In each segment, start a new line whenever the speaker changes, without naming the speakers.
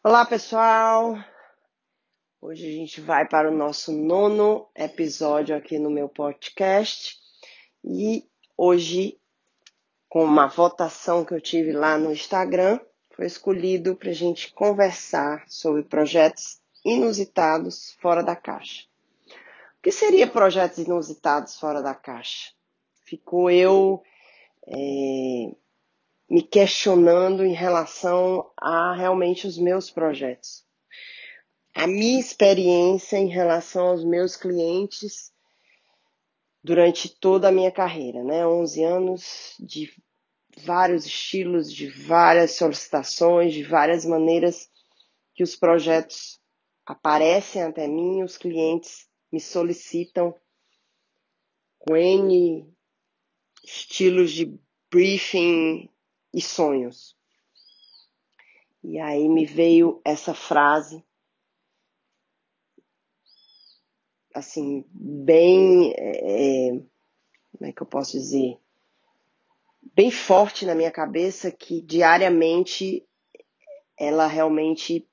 Olá, pessoal! Hoje a gente vai para o nosso 9º episódio aqui no meu podcast e hoje, com uma votação que eu tive lá no Instagram, foi escolhido para a gente conversar sobre projetos inusitados fora da caixa. O que seria projetos inusitados fora da caixa? Ficou eu me questionando em relação a realmente os meus projetos. A minha experiência em relação aos meus clientes durante toda a minha carreira, né? 11 anos de vários estilos, de várias solicitações, de várias maneiras que os projetos aparecem até mim, os clientes me solicitam com N estilos de briefing e sonhos. E aí me veio essa frase, assim, bem, como é que eu posso dizer? Bem forte na minha cabeça, que diariamente ela realmente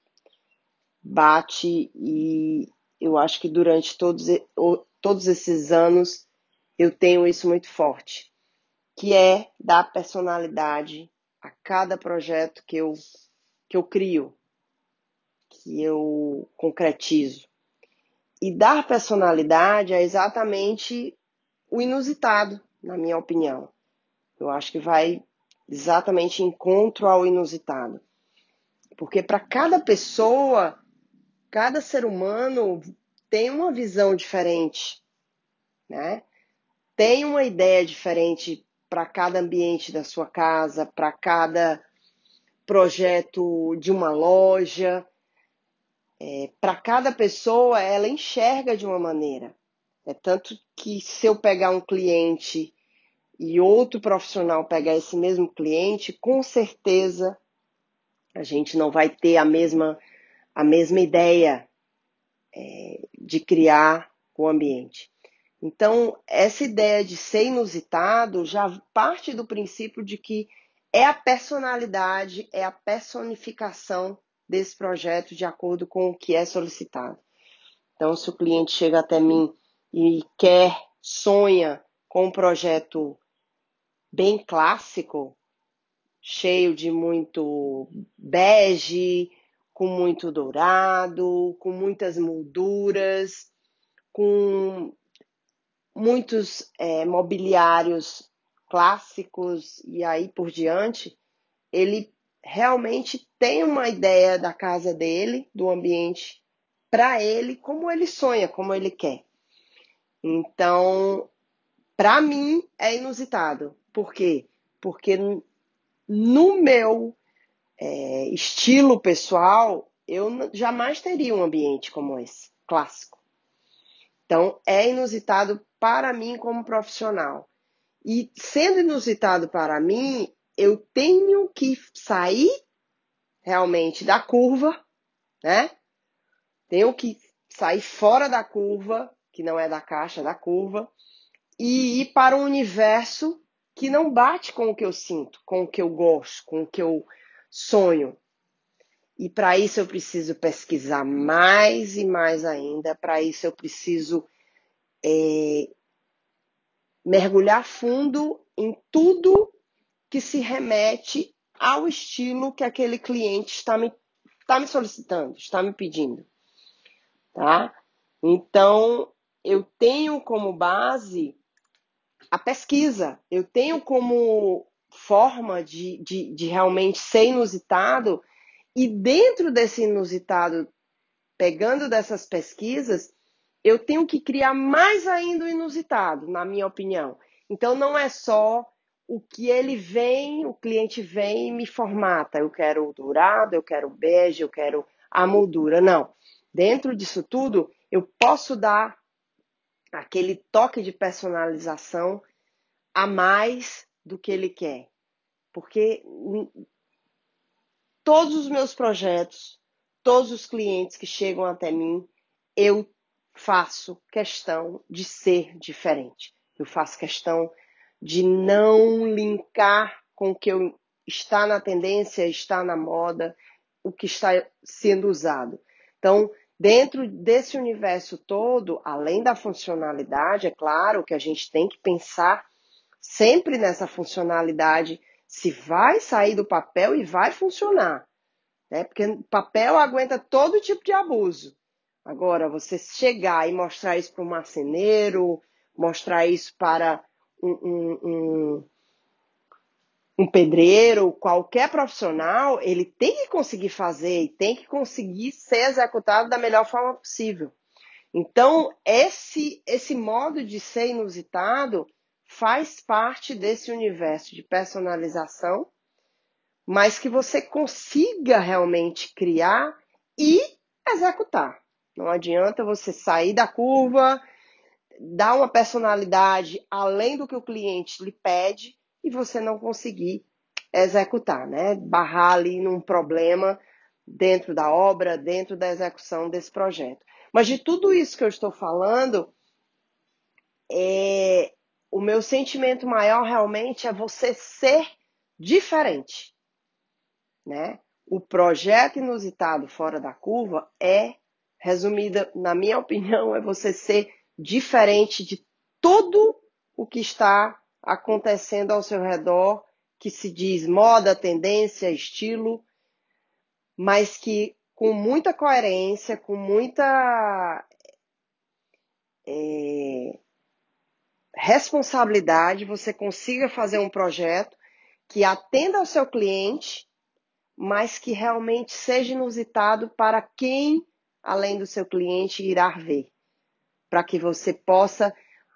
bate e eu acho que durante todos esses anos eu tenho isso muito forte, que é dar personalidade a cada projeto que eu crio, que eu concretizo. E dar personalidade é exatamente o inusitado, na minha opinião. Eu acho que vai exatamente encontro ao inusitado. Porque para cada pessoa, cada ser humano tem uma visão diferente, né? Tem uma ideia diferente para cada ambiente da sua casa, para cada projeto de uma loja. Para cada pessoa, ela enxerga de uma maneira. É tanto que se eu pegar um cliente e outro profissional pegar esse mesmo cliente, com certeza a gente não vai ter a mesma ideia de criar o ambiente. Então, essa ideia de ser inusitado já parte do princípio de que é a personalidade, é a personificação desse projeto de acordo com o que é solicitado. Então, se o cliente chega até mim e sonha com um projeto bem clássico, cheio de muito bege, com muito dourado, com muitas molduras, com muitos mobiliários clássicos e aí por diante, ele realmente tem uma ideia da casa dele, do ambiente para ele, como ele sonha, como ele quer. Então, para mim é inusitado. Por quê? Porque no meu estilo pessoal, eu jamais teria um ambiente como esse, clássico. Então, é inusitado para mim como profissional. E sendo inusitado para mim, eu tenho que sair realmente da curva, né? Tenho que sair fora da curva, que não é da caixa, da curva, e ir para um universo que não bate com o que eu sinto, com o que eu gosto, com o que eu sonho. E para isso eu preciso pesquisar mais e mais ainda, para isso eu preciso mergulhar fundo em tudo que se remete ao estilo que aquele cliente está me solicitando, está me pedindo, tá? Então, eu tenho como base a pesquisa, eu tenho como forma de realmente ser inusitado e dentro desse inusitado, pegando dessas pesquisas, eu tenho que criar mais ainda o inusitado, na minha opinião. Então, não é só o que ele vem, o cliente vem e me formata. Eu quero o dourado, eu quero o bege, eu quero a moldura. Não. Dentro disso tudo, eu posso dar aquele toque de personalização a mais do que ele quer. Porque todos os meus projetos, todos os clientes que chegam até mim, eu faço questão de ser diferente. Eu faço questão de não linkar com o que está na tendência, está na moda. o que está sendo usado. Então, dentro desse universo todo, além da funcionalidade, é claro que a gente tem que pensar sempre nessa funcionalidade, se vai sair do papel e vai funcionar, né? Porque papel aguenta todo tipo de abuso. Agora, você chegar e mostrar isso para um marceneiro, mostrar isso para um pedreiro, qualquer profissional, ele tem que conseguir fazer e tem que conseguir ser executado da melhor forma possível. Então, esse modo de ser inusitado faz parte desse universo de personalização, mas que você consiga realmente criar e executar. Não adianta você sair da curva, dar uma personalidade além do que o cliente lhe pede e você não conseguir executar, né? Barrar ali num problema dentro da obra, dentro da execução desse projeto. Mas de tudo isso que eu estou falando, o meu sentimento maior realmente é você ser diferente, né? O projeto inusitado fora da curva resumida, na minha opinião, é você ser diferente de tudo o que está acontecendo ao seu redor, que se diz moda, tendência, estilo, mas que com muita coerência, com muita responsabilidade, você consiga fazer um projeto que atenda ao seu cliente, mas que realmente seja inusitado para quem, além do seu cliente, irá ver. Para que você possa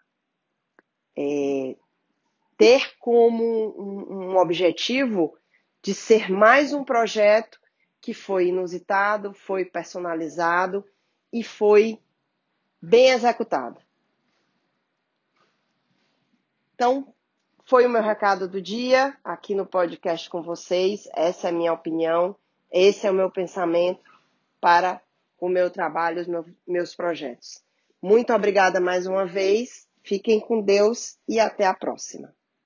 ter como um objetivo de ser mais um projeto que foi inusitado, foi personalizado e foi bem executado. Então, foi o meu recado do dia aqui no podcast com vocês. Essa é a minha opinião, esse é o meu pensamento para o meu trabalho, os meus projetos. Muito obrigada mais uma vez, fiquem com Deus e até a próxima.